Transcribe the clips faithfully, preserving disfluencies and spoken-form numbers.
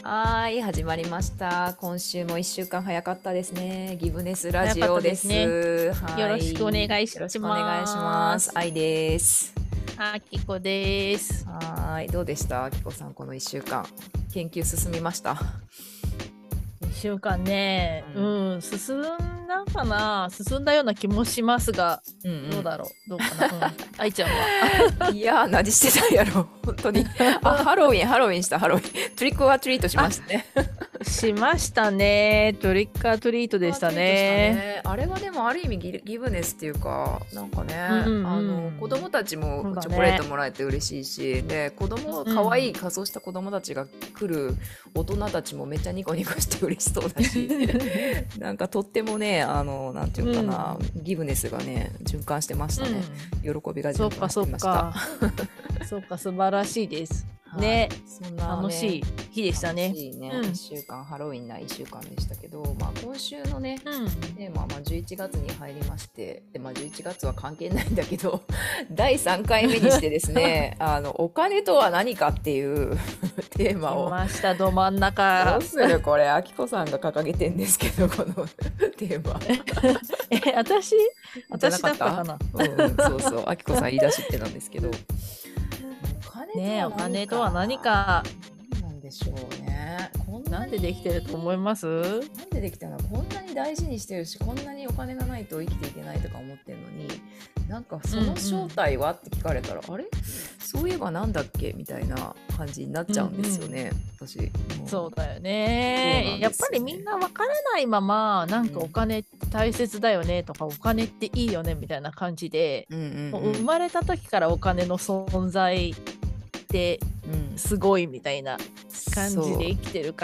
はーい、始まりました。今週も一週間早かったですね。ギブネスラ早かったジオです。 ですね。よはろしくお願い、 いしよろしくお願いします。 ます。 愛です。 あきこです。 はーい、どうでした、あきこさん、この一週間。研究進みました？ 一週間ね、 うん、 うん、進んだかな進んだような気もしますが、 うん、 どうだろうどうかなうん。愛ちゃんはうん。いやー、何してたんやろ、本当に。あ、ハロウィン、ハロウィンした、ハロウィン。トリックオアトリートしまあ、 したね。 しましたね。トリックアトリートでしたはツイートしたね。 ね。あれはでもある意味ギギブネスっていうか、なんかね、 うんうあの子ん。 供たちもそうだチョコレートね。 もらえて嬉しいし、で子供うん。 可愛い仮装した子供たちが来る大人たちもめっちゃニコニコして嬉しそうだし、なんかとってもね、あのなんていううのかな、 ん。 ギブネスがね循環してましたね。 うん。 喜びが循環しそっかそてました。 っか。そっか、素晴らしいです。 はい、 ね。 そんなね、 楽しい日でした楽ね。 しいね、 うん。 いっしゅうかん、ハロウィンないっしゅうかんでしたけど、まあ、今週のね、 うん。 テーマはまあじゅういちがつに入りまして、で、まあ、じゅういちがつは関係ないんだけど、だいさんかいめにしてですね、あの、お金とは何かっていうテーマ来を、 ました、ど真ん中。 どうするこれ、あきこさんが掲げてんですけど、このテーマ。 え、私じゃな私だったかった？ かな。 うんうん、そうそう、あきこさん言い出しってなんですけど、お金とねえ、 はお金と何か、 は何か、 何なんでしょうね。こんななんでできてると思いにます？ なんでできたの？こんなに大事にしてるし、こんなにお金がないと生きていけないとか思ってるのに、なんかうんうその正ん。 体はって聞かれたら、あれそういえばなんだっけみたいな感じになっうんうちゃうんですよん。 ね、私。もうそうだよそうなね。 んでやっぱりすよね。 みんな分からないまま、なんかおうん。 金って大切だよねとか、お金っていいよねみたいな感じで、 うんうもう生んまれた時からお金の存在ってうん。うん。 すごいみたいな感じでそう。 生きてるから、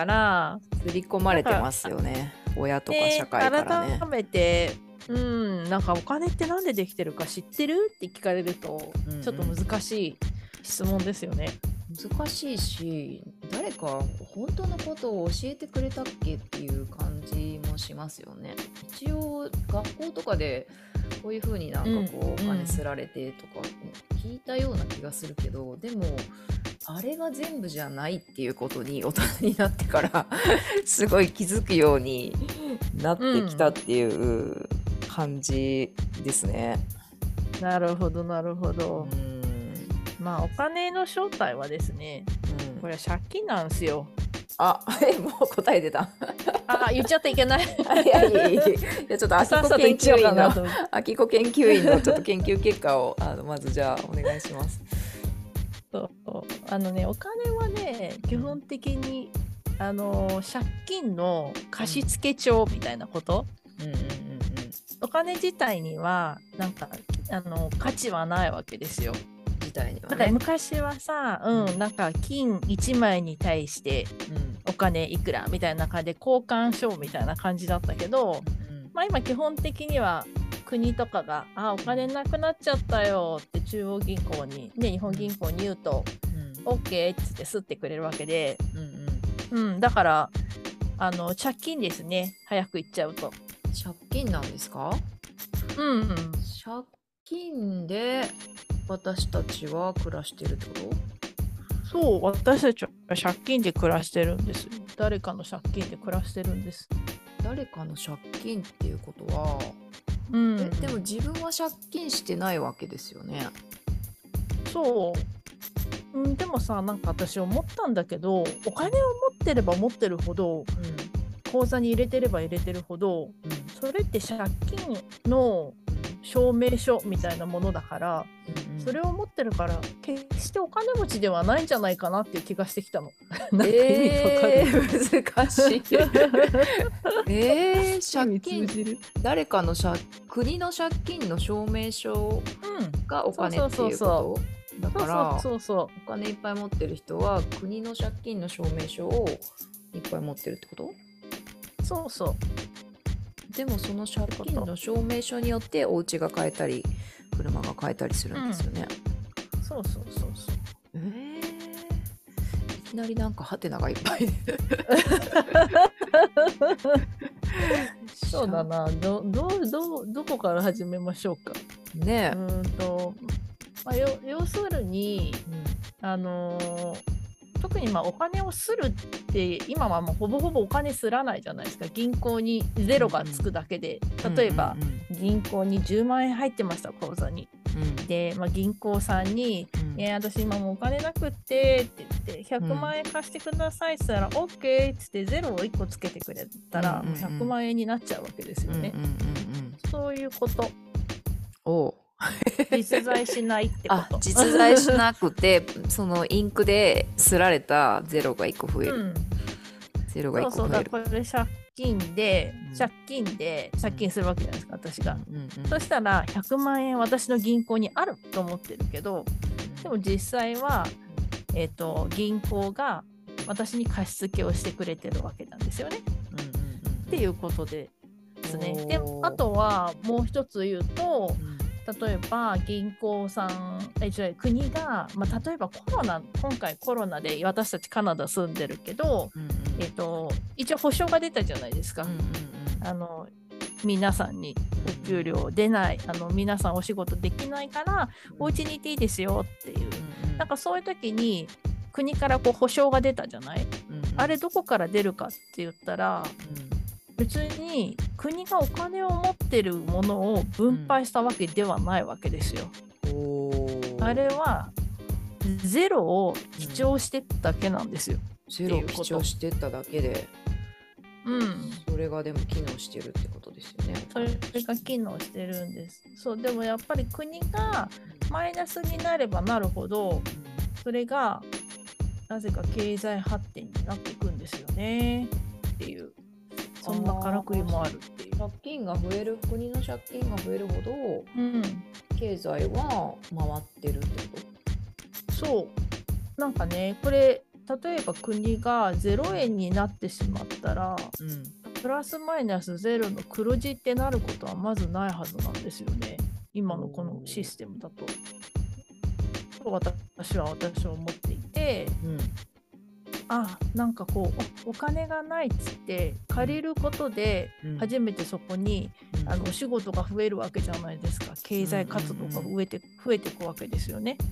刷り込まなんかれてますよね。親とか社で、 会からね。 改めて、うん、なんかお金ってなんでできてるか知ってるって聞かれると、 うんうちょっとん。 難しい質問ですよね。 難しいし、誰か本当のことを教えてくれたっけっていう感じもしますよね。一応学校とかでこういう風になんうんかこうお金すうん。 られてとか聞いたような気がするけど、でもあれが全部じゃないっていうことに大人になってからすごい気づくようになっうてきたっん。 ていう感じですね。 なるほど、なるほうど。 ん。 まあ、お金の正体はですね、 うん。 これは借金なんですよ。 あ、え、もう答え出た。 あ、言っちゃっていけない。 あ、いやいやいやいや、ちょっと秋さっ子研さと言っちゃおう究員の、 かなと思って。 秋子研究員のちょっと研究結果を、あの、まずじゃあお願いします。 そうあのね、お金はね、基うん、 本的に、あの、借金のうん、 貸付帳みたいなこと。 うん、うん、うん、うん。 お金自体にはなんかあの価値はないわけですよ。 自体にはだからね。 昔はさ、 うん、 うん、なんか金いちまいに対してうん、 お金いくらみたいな感じで交換しようみたいな感じだったけど、 うん、 まあ、今基本的には国とかが「あお金なくなっちゃったよ」って中央銀行に、ね、日本銀行に言うとうん、 「オーケー」っつってすってくれるわけで、 うん、うん。 うん、だからあの借金ですね、早く言っちゃうと。 借金なんですか？ うんうん。 借金で私たちは暮らしてるってこと？ そう、私たちは借金で暮らしてるんです。誰かの借金で暮らしてるんです。 誰かの借金っていうことは、 うえ、でもん。 自分は借金してないわけですよね。 そう。うん、でもさ、なんか私思ったんだけど、お金を持ってれば持ってるほど、 うん、 口座に入れてれば入れてるほど、 うん、 それって借金の証明書みたいなものだから、 うん、うん。 それを持ってるから決してお金持ちではないんじゃないかなっていう気がしてきたの。なんか意味わかる？ えー、難しい。えー、 意味通借金、 じる？ 誰かの借、国の借金の証明書うん。 がおそうそう金ってそうそいうこと？だう。そうそうからそうそお金いっぱい持ってる人は国の借金の証明書をいっぱい持ってるってこと？ う。そうそう。っでもその借てこと。 金の証明書によってお家が買えたり車が買えたりするうん。 んですよね。 そうそうそうそう。 えー、いきなりなんかハテナがいっぱい。 そうだ借な。ど、どう、どう、どこから始めましょうか。うねーんと、まあ、よ、要するに、 え。 あのー特特にまあお金をするって今はもうほぼほぼお金すらないじゃないですか。銀行にゼロがつくだけで、 うん例えばうん銀行にじゅうまんえん入ってました口座に。 うんで、まあ、銀行さんにうん 「えー、私今もうお金なくって」って言って「ひゃくまんえん貸してください」って言ったら「オッケー」って言ってゼロをいっこつけてくれたらうんうんうんひゃくまんえんになっちゃうわけですよね。 うんうんうんうんそういうことおう実在しないってこあと。 実在しなくてそのインクですられたゼロがいっこ増える、 うんゼロが1 そうそうだ個増える。 これ借金で、 うん借金で借金するわけじゃないですか私が。 うんうんうんそしたらひゃくまんえん私の銀行にあると思ってるけど、でも実際は、えーと、銀行が私に貸し付けをしてくれてるわけなんですよね。 うんうんうんっていうことでですね。でおーあとはもう一つ言うと、 うん例えば銀行さんえ違う国が、まあ、例えばコロナ今回コロナで私たちカナダ住んでるけど、 うんうんえーと、一応保証が出たじゃないですか。 うんうんうんあの皆さんにお給料出ないあの皆さんお仕事できないからお家にいていいですよっていう、 うんうんなんかそういう時に国からこう保証が出たじゃない、 うんうんあれどこから出るかって言ったらうん別に国がお金を持ってるものを分配したわけではないわけですよ。 おーあれはゼロを記帳してっただけなんですよ。 ゼロを記帳してっただけでうん。 それがでも機能してるってことですよね。 それが機能してるんです。そうでもやっぱり国がマイナスになればなるほどそれがなぜか経済発展になっていくんですよねっていうそんなからくりもあるっていう。 借金が増える国の借金が増えるほどうん、 経済は回ってるってことそうなんかねこれ例えば国がゼロえんになってしまったらうんプラスマイナスゼロの黒字ってなることはまずないはずなんですよね今のこのシステムだと。私は私は思っていて、 うんあなんかこう お, お金がないっつって借りることでうん初めてそこに、 うんあのお仕事が増えるわけじゃないですか。経済活動が増えて、増えていくわけですよね。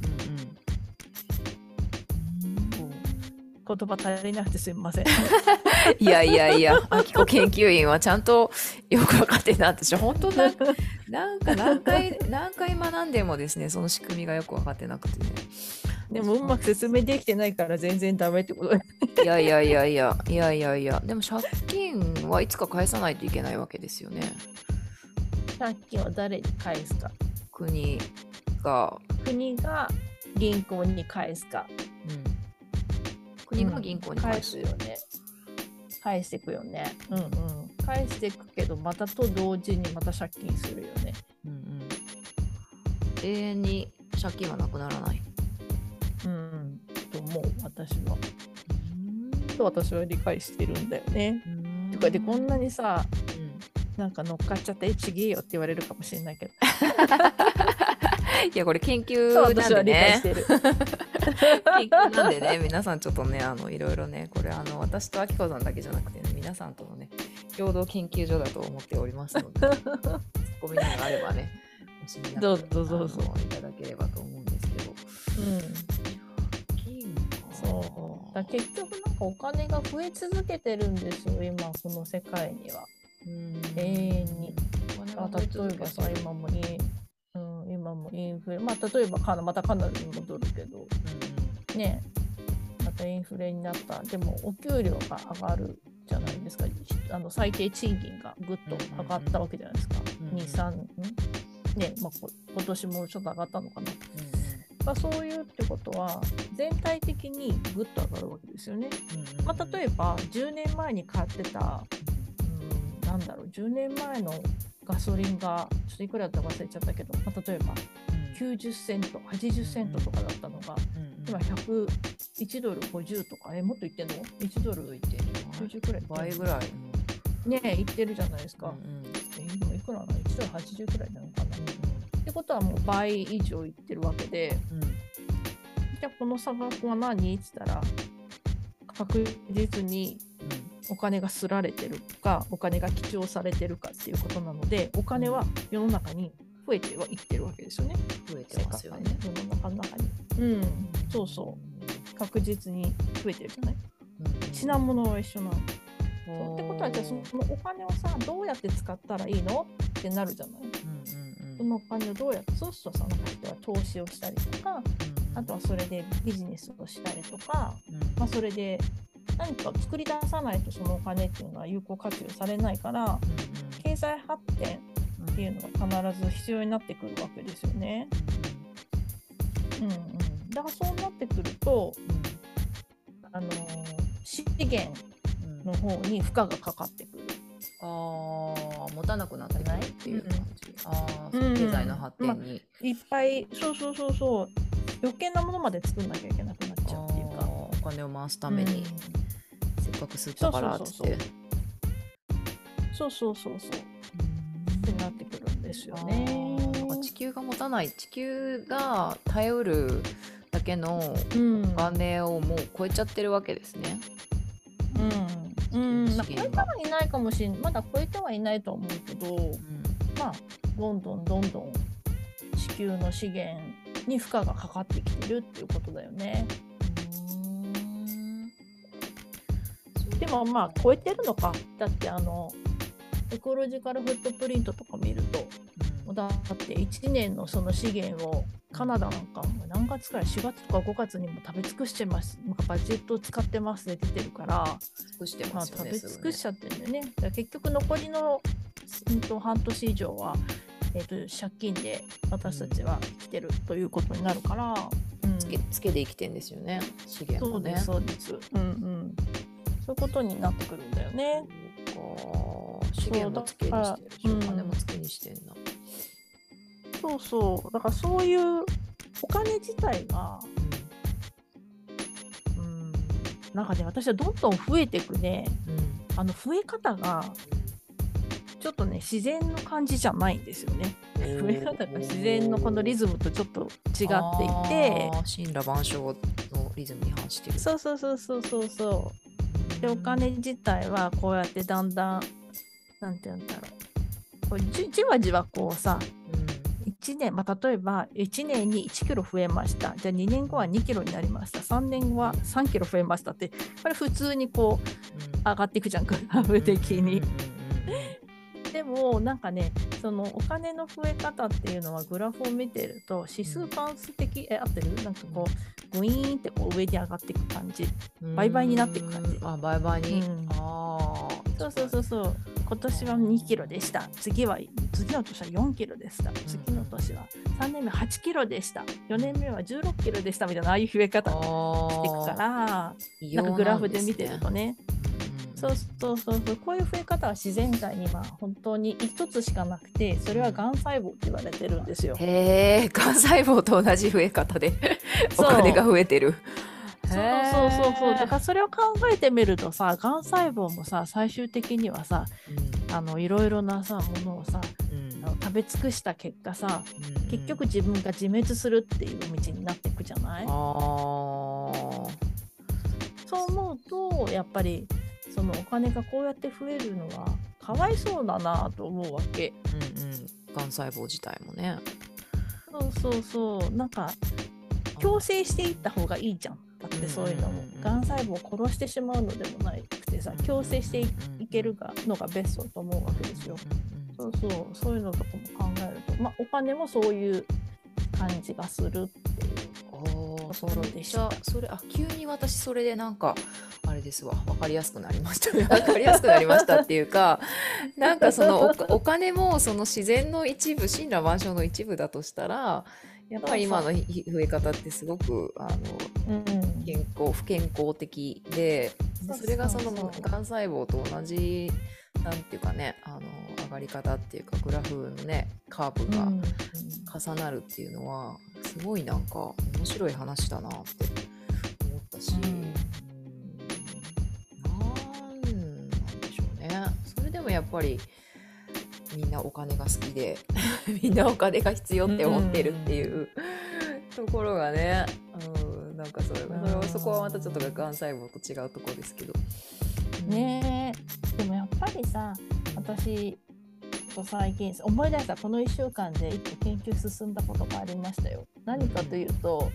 うんうん言葉足りなくてすみません。 いやいやいや、あきこ研究員はちゃんとよく分かってるな私本当ななんか何回何回学んでもですねその仕組みがよく分かってなくてね。 でもうまく説明できてないから全然ダメってことで。 いやいやいやいやいやいやいやでも借金はいつか返さないといけないわけですよね。 借金は誰に返すか。 国が、 国が銀行に返すか。 うん国が銀行に返すうん、返すよね。返していくよね。うんうん。返していくけど、またと同時にまた借金するよね。 うんうん、永遠に借金はなくならない。 うん。と思う、私は。と私は理解してるんだよね。とかで、こんなにさ、 うん、 なんか乗っかっちゃって、え、ちげえよって言われるかもしれないけど。 いやこれ研究そうなんで私は理解ねしてる。 研究なんでね皆さんちょっとねあのいろいろねこれあの私とあきこさんだけじゃなくて、ね、皆さんとのね共同研究所だと思っておりますのでツッコミなんかあればねおしみなくどうぞどうぞあのいただければと思うんですけど。 うん。 金かそうだ結局なんかお金が増え続けてるんですよ今この世界には。 うん永遠にあお金が増え続けてる例えばさ今もイン、うん、今もインフレまあ例えばカナまたカナダに戻るけどねまたインフレになったでもお給料が上がるじゃないですか。あの最低賃金がぐっと上がったわけじゃないですか。 うんうんに、さん、んねまあこ今年もちょっと上がったのかな。まあ、そういうってことは全体的にぐっと上がるわけですよね。まあ、例えばじゅうねんまえに買ってた、うん、なんだろうじゅうねんまえのガソリンがちょっといくらだったか忘れちゃったけど、まあ、例えばきゅうじゅっセントはちじゅっセントとかだったのが今ひゃくいちドルごじゅうとかえもっといってんのいちドルいってきゅうじゅうくらい倍ぐらいねえいってるじゃないですか。 うんうんえでもいくらなのいちドルはちじゅうくらいなのかな、ってことはもう倍以上いってるわけで、 うんじゃあこの差額は何って言ったら確実にお金がすられてるかお金が記帳されてるかっていうことなのでお金は世の中に増えてはいってるわけですよね。 増えてますよね。 世の中の中に。うん、そうそう。 確実に増えてるじゃない、うん、品物は一緒なの。そうってことはじゃあそのお金をさどうやって使ったらいいのってなるじゃない、うんうんうん、そのお金をどうやってそうするとさなんか人は投資をしたりとか、うんうん、あとはそれでビジネスをしたりとか、うんまあ、それで何か作り出さないとそのお金っていうのは有効活用されないから、うんうん、経済発展っていうのが必ず必要になってくるわけですよね、うんうん、だからそうなってくると、うん、あの資源の方に負荷がかかってくる、 あ持たなくなってくるっていう感じ、うん、あそう経済の発展に、うんまあ、いっぱいそうそうそうそう余計なものまで作んなきゃいけなくなっちゃうっていうかお金を回すために、うん、せっかく吸ったからってそうそうそうそうってなってくるんですよね。 地球が持たない地球が耐えうるだけのお金をもう超えちゃってるわけですね。 うん、うんまあ、超えてはいないかもしれないまだ超えてはいないと思うけど、うん、まあどんどんどんどん地球の資源に負荷がかかってきてるっていうことだよね。うんでもまあ超えてるのかだってあのエコロジカルフットプリントとか見ると、うん、だっていちねんのその資源をカナダなんかも何月からしがつとかごがつにも食べ尽くしてますなんかバジェットを使ってますで出てるから尽くしてますよね、 まあ、食べ尽くしちゃってるんだよね。だから結局残りの、うん、と半年以上は、えー、と借金で私たちは生きてるということになるから、 うん、つけ、つけで生きてんですよね資源もね。 そうですそうです、うんうん、そういうことになってくるんだよね。 資源もつけにしてるし、お金もつけにしてんな。 そうそうだからそういうお金自体が、うん、なんかね私はどんどん増えていくね、うん、あの増え方がちょっとね自然の感じじゃないんですよね。増え方が自然のこのリズムとちょっと違っていて神羅万象のリズムに反してる。 そうそうそうそうそうそうでお金自体はこうやってだんだんなんて言うんだろうこう じ, じわじわこうさ、うん、いちねん、まあ、例えばいちねんにいちキロ増えましたじゃあにねんごはにキロになりましたさんねんごはさんキロ増えましたってこれ普通にこう、うん、上がっていくじゃんグラフ的に、うんうん、でもなんかねそのお金の増え方っていうのはグラフを見てると指数関数的、え合ってるなんかこうグイーンってこう上に上がっていく感じ倍々になっていく感じあ倍々に、うん、 あそうそうそうそう今年はにキロでした次は次の年はよんキロでした次の年はさんねんめはちキロでしたよねんめはじゅうろっキロでしたみたいなああいう増え方していくからなんかグラフで見てるとねそうそうそうそうこういう増え方は自然界には本当に一つしかなくてそれはがん細胞って言われてるんですよ。 へえがん細胞と同じ増え方でお金が増えてる。 そうそうそうそうだからそれを考えてみるとさがん細胞もさ最終的にはさ、うん、あのいろいろなさものをさ、うん、あの食べ尽くした結果さ、うん、結局自分が自滅するっていう道になっていくじゃない。あそう思うとやっぱりそのお金がこうやって増えるのはかわいそうだなと思うわけ。 うんうん、がん細胞自体もね。 そうそうそうなんか強制していった方がいいじゃん。だってそういうのも、うんうんうん、がん細胞を殺してしまうのでもなくてさ強制して い,、うんうん、いけるのがベストだと思うわけですよ、うんうん、そうそうそういうのとかも考えると、まあ、お金もそういう感じがするっていうところでした。 それあ急に私それでなんかあれですわ分かりやすくなりましたね分かりやすくなりましたっていうかなんかその お, お金もその自然の一部神羅万象の一部だとしたらやっぱり今の増え方ってすごくあの、うん、健康不健康的 で, でそれがそのがん細胞と同じなんていうかねあの上がり方っていうかグラフのねカーブが重なるっていうのはすごいなんか面白い話だなって思ったし、うん、なんなんでしょうね。それでもやっぱりみんなお金が好きでみんなお金が必要って思ってるっていうところがね、うん、なんかそれ、それはそこはまたちょっとがん細胞と違うところですけどねえ。でもやっぱりさ私最近思い出したこのいっしゅうかんで一個研究進んだことがありましたよ。何かというと、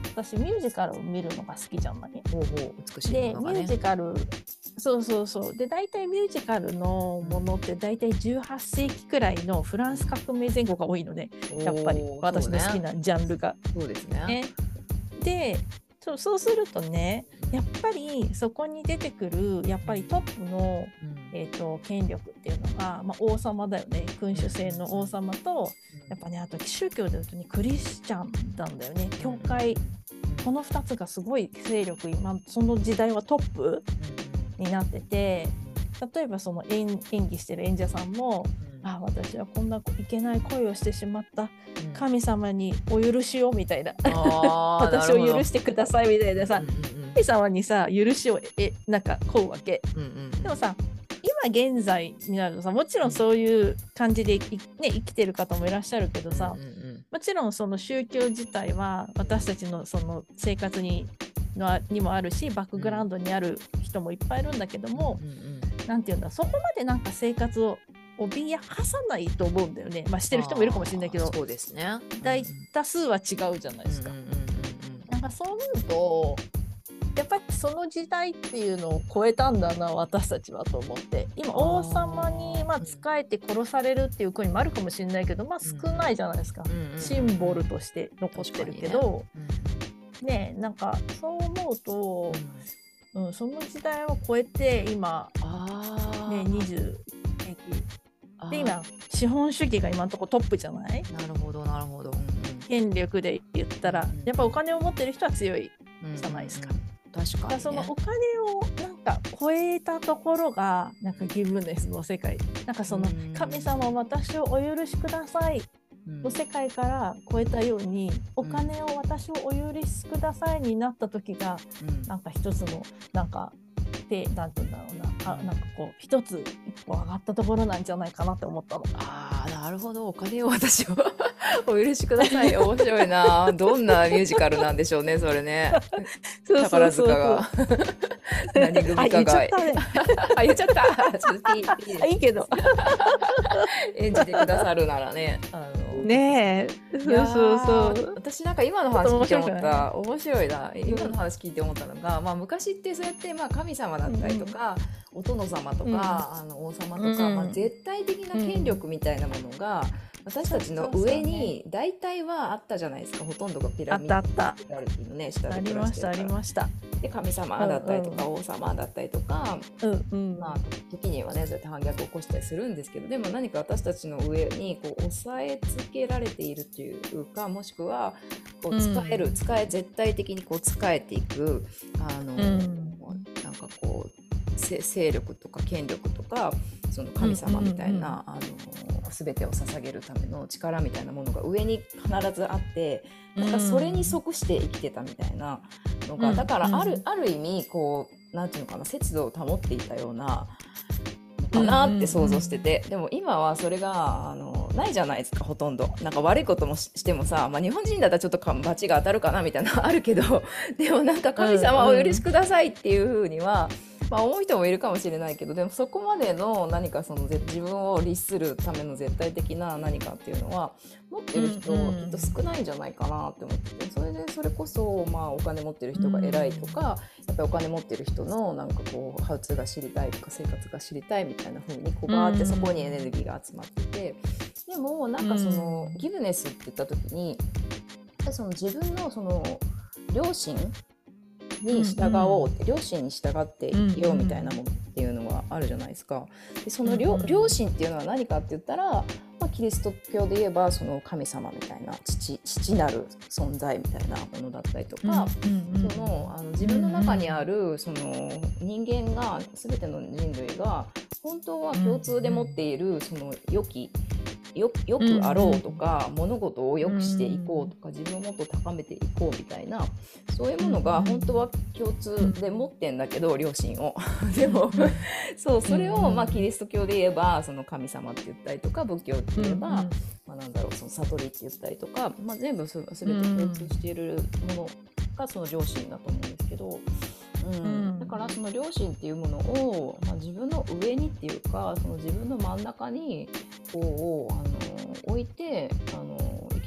私ミュージカルを見るのが好きじゃない。 ほうほう美しいでものがね。 ミュージカルそうそうそうで大体ミュージカルのものって大体じゅうはっせいきくらいのフランス革命前後が多いのね、やっぱりおー私の好きなジャンルが。 そうですね。 ね、でそうそうするとねやっぱりそこに出てくるやっぱりトップの、 うんえー、と権力っていうのが、まあ、王様だよね。君主制の王様とやっぱねあと宗教で言うとねクリスチャンなんだよね。教会、このふたつがすごい勢力今その時代はトップになってて、例えばその 演, 演技してる演者さんも、うん、あ私はこんないけない恋をしてしまった、うん、神様にお許しをみたいな私を許してくださいみたいなさ、うんうんうん、神様にさ許しをえなんか請うわけ、うんうん、でもさ今現在になるとさもちろんそういう感じで、ね、生きてる方もいらっしゃるけどさ、うんうんうん、もちろんその宗教自体は私たちのその生活にのにもあるしバックグラウンドにある人もいっぱいいるんだけども、うんうんうん、なんていうんだそこまでなんか生活を脅かさないと思うんだよね。まあしてる人もいるかもしれないけど、 そうですね、 大多数は違うじゃないですか、うんうんうんうん、なんかそう思うとやっぱりその時代っていうのを超えたんだな私たちはと思って、今王様にまあ仕えて殺されるっていう国もあるかもしれないけど、まあ少ないじゃないですか、うんうん、シンボルとして残ってるけど、ね、ね、なんかそう思うと、うんうん、その時代を超えて今、ね、にじゅう世紀で今資本主義が今のところトップじゃない。 なるほどなるほど、うんうん、 権力で言ったら、うん、やっぱお金を持ってる人は強いじゃないですか、うんうんうん、確かに、ね、だからそのお金をなんか超えたところがなんかギブネスの世界、なんかその神様私をお許しくださいの世界から超えたように、お金を私をお許しくださいになった時が、うん、なんか一つのなんかでなんていうんだろうな、あなんかこう一つ一歩上がったところなんじゃないかなって思ったの。 あーなるほど、お金を私をお許しください、面白いな。どんなミュージカルなんでしょうねそれね。そうそうそうそう、宝塚が何組かがあ言っちゃった、ちょっとピーピーいいけど演じてくださるならね、あのねえ、そうそうそう。 私なんか今の話聞いて思った、面白いな、今の話聞いて思ったのが、まあ、昔ってそうやってまあ神様だったりとか、うん、お殿様とか、うん、あの王様とか、うんまあ、絶対的な権力みたいなものが、うん、私たちの上に大体はあったじゃないですか。ほとんどがピラミッドあったあったピラミッドのね下でありましたありました。 で神様だったりとか、うんうん、王様だったりとか、うんうん、まあ時にはねそうやって反逆を起こしたりするんですけど、でも何か私たちの上にこう抑えつけられているというか、もしくはこう使える、うん、使え絶対的にこう使えていくあの、うん、なんかこう勢力とか権力とかその神様みたいな、うんうんうん、あの全てを捧げるための力みたいなものが上に必ずあって、なんかそれに即して生きてたみたいなのが、だからある、ある意味こうなんていうのかな、節度を保っていたようなのかなって想像してて、でも今はそれがあのないじゃないですか。ほとんどなんか悪いことも し, してもさ、まあ、日本人だったらちょっと罰が当たるかなみたいなのあるけど、でもなんか神様をお許しくださいっていう風には、まあ、思う人もいるかもしれないけど、でもそこまでの何かその自分を律するための絶対的な何かっていうのは持ってる人、うんうん、きっと少ないんじゃないかなって思ってて、それでそれこそ、まあ、お金持ってる人が偉いとか、うん、やっぱりお金持ってる人のなんかこうハウツーが知りたいとか生活が知りたいみたいな風にこうバーってそこにエネルギーが集まってて、でもなんかその、うん、ギブネスって言った時にその自分のその良心に従おうって、うんうん、良心に従っていようみたいなものっていうのがあるじゃないですか。でその 良,、うんうん、良心っていうのは何かって言ったら、まあ、キリスト教で言えばその神様みたいな 父, 父なる存在みたいなものだったりとか、うんうんうん、そのあの自分の中にあるその人間が全ての人類が本当は共通で持っているその良きよ, よくあろうとか、うん、物事を良くしていこうとか、うん、自分をもっと高めていこうみたいな、そういうものが本当は共通で持ってんだけど、良心をでもそうそれを、まあ、キリスト教で言えばその神様って言ったりとか、仏教って言えば、うんまあ、なんだろうその悟りって言ったりとか、まあ、全部すべて共通しているものがその良心だと思うんですけど、うんうん、だからその良心っていうものを、まあ、自分の上にっていうかその自分の真ん中にこうあの置いてあの生きていくっ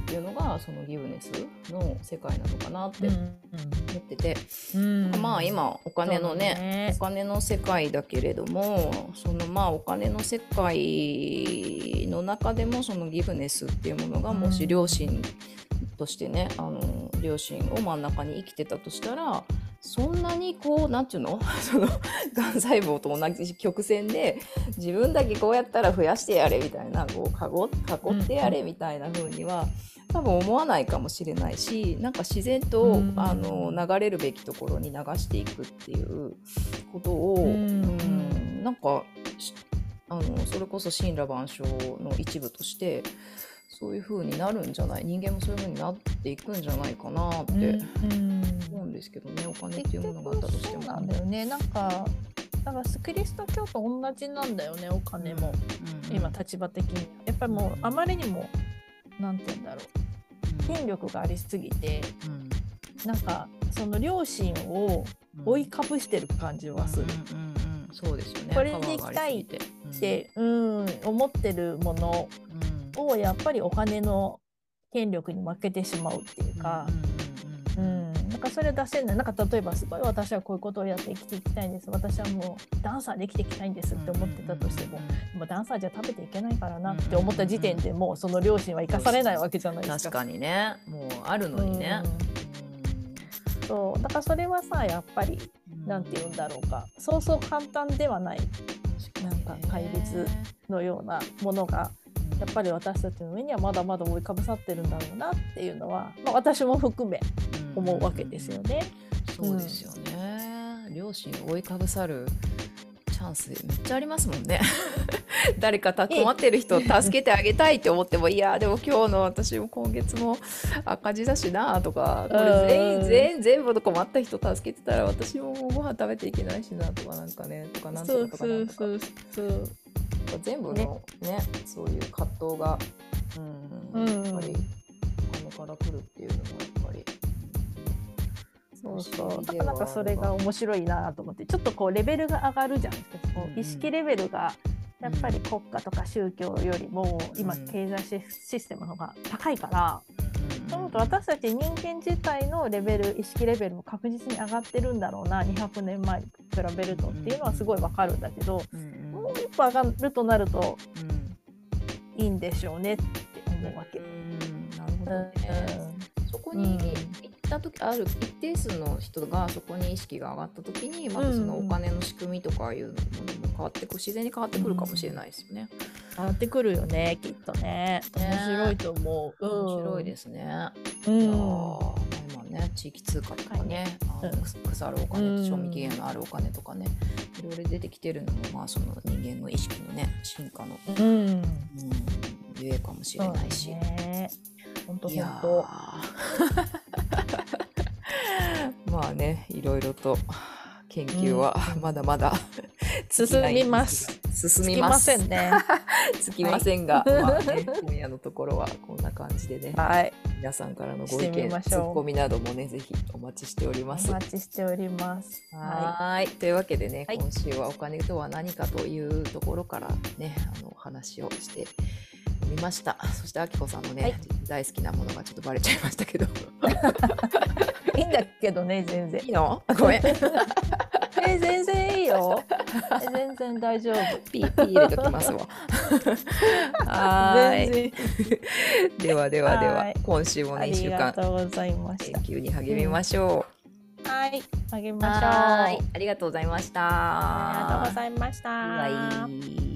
っていうのがそのギブネスの世界なのかなってうん思ってて、 うんまあ今お金のね、 ねお金の世界だけれども、そのまあお金の世界の中でもそのギブネスっていうものがもし良心としてね、あの良心を真ん中に生きてたとしたら、そんなにこうなんていうのそのがん細胞と同じ曲線で自分だけこうやったら増やしてやれみたいな、こうかご囲ってやれみたいな風には多分思わないかもしれないし、なんか自然と、 うん、 あの流れるべきところに流していくっていうことを、 うんうんなんかあのそれこそ神羅万象の一部としてそういう風になるんじゃない、人間もそういう風になっていくんじゃないかなって思うんですけどね、お金っていうものがあったとしても。 そうなんだよね。なんかだからキリスト教と同じなんだよね、お金も、 うん、 今立場的にやっぱりもうあまりにもなんて言うんだろう、権力がありすぎて、うん、なんかその良心を覆いかぶしてる感じはする、 うんうんうんうん、そうですよね。 これでいきたいって、うん、思ってるものをやっぱりお金の権力に負けてしまうっていうか、うんうんうんうん、なんかそれ出せない。なんか例えばすごい私はこういうことをやって生きていきたいんです、私はもうダンサーで生きていきたいんですって思ってたとしても、もうダンサーじゃ食べていけないからなって思った時点でもうその良心は生かされないわけじゃないですか。 確かにね、もうあるのにね、 うん、そうだからそれはさ、やっぱりなんて言うんだろうか、そうそう簡単ではない、なんか対立のようなものがやっぱり私たちの上にはまだまだ覆いかぶさってるんだろうなっていうのは、まあ、私も含め思うわけですよね。 うんうんうん、そうですよね、うん、両親覆いかぶさるチャンスめっちゃありますもんね誰か困ってる人を助けてあげたいって思ってもいやでも今日の私も今月も赤字だしなとか、これ全員全員全部の困った人助けてたら私ももうご飯食べていけないしなとか、なんかねとかなんとかとかなんとか、そうそうそう全部の ね, ねそういう葛藤が、うん、やっぱりお金から来るっていうのもやっぱり、 そうそう、だからなんかそれが面白いなと思って、ちょっとこうレベルが上がるじゃん、こう意識レベルがやっぱり国家とか宗教よりも今経済システムの方が高いから、そう思うと私たち人間自体のレベル、意識レベルも確実に上がってるんだろうな、にひゃくねんまえに比べるとっていうのはすごいわかるんだけど、もう一歩上がるとなるといいんでしょうねって思うわけ。 うんなるほどね、うん、そこに行った時、ある一定数の人がそこに意識が上がった時にまずそのお金の仕組みとかいうものも変わってく、自然に変わってくるかもしれないですよね。 変わってくるよね、きっとね。面白いと思う。 面白いですね。 うん、 今ね地域通貨とかね、あの腐るお金、賞味期限のあるお金とかね、いろいろ出てきてるのもまあその人間の意識のね進化の、うんうん、ゆえかもしれないし。 本当本当。 まあね、いろいろと研究はまだまだ、 うん、進みます。 進みます。 つきませんね。 つきませんが、はいまあね、今夜のところはこんな感じでね、 はい、 皆さんからのご意見、ツッコミなどもね、ぜひお待ちしております。 お待ちしております。 はい、というわけでね、はい、今週はお金とは何かというところからね、あの話をしてみました。そしてあきこさんのね、はい、大好きなものがちょっとバレちゃいましたけどいいんだけどね、全然いいの？ごめんえ全然いいよ全然大丈夫。 ピーピー入れときますわはい。ではではでは、今週もね、いっしゅうかんありがとうございました。 研究に励みましょう。うん、はい、励みましょう。 はい、ありがとうございました。 ありがとうございました。 バイバイ。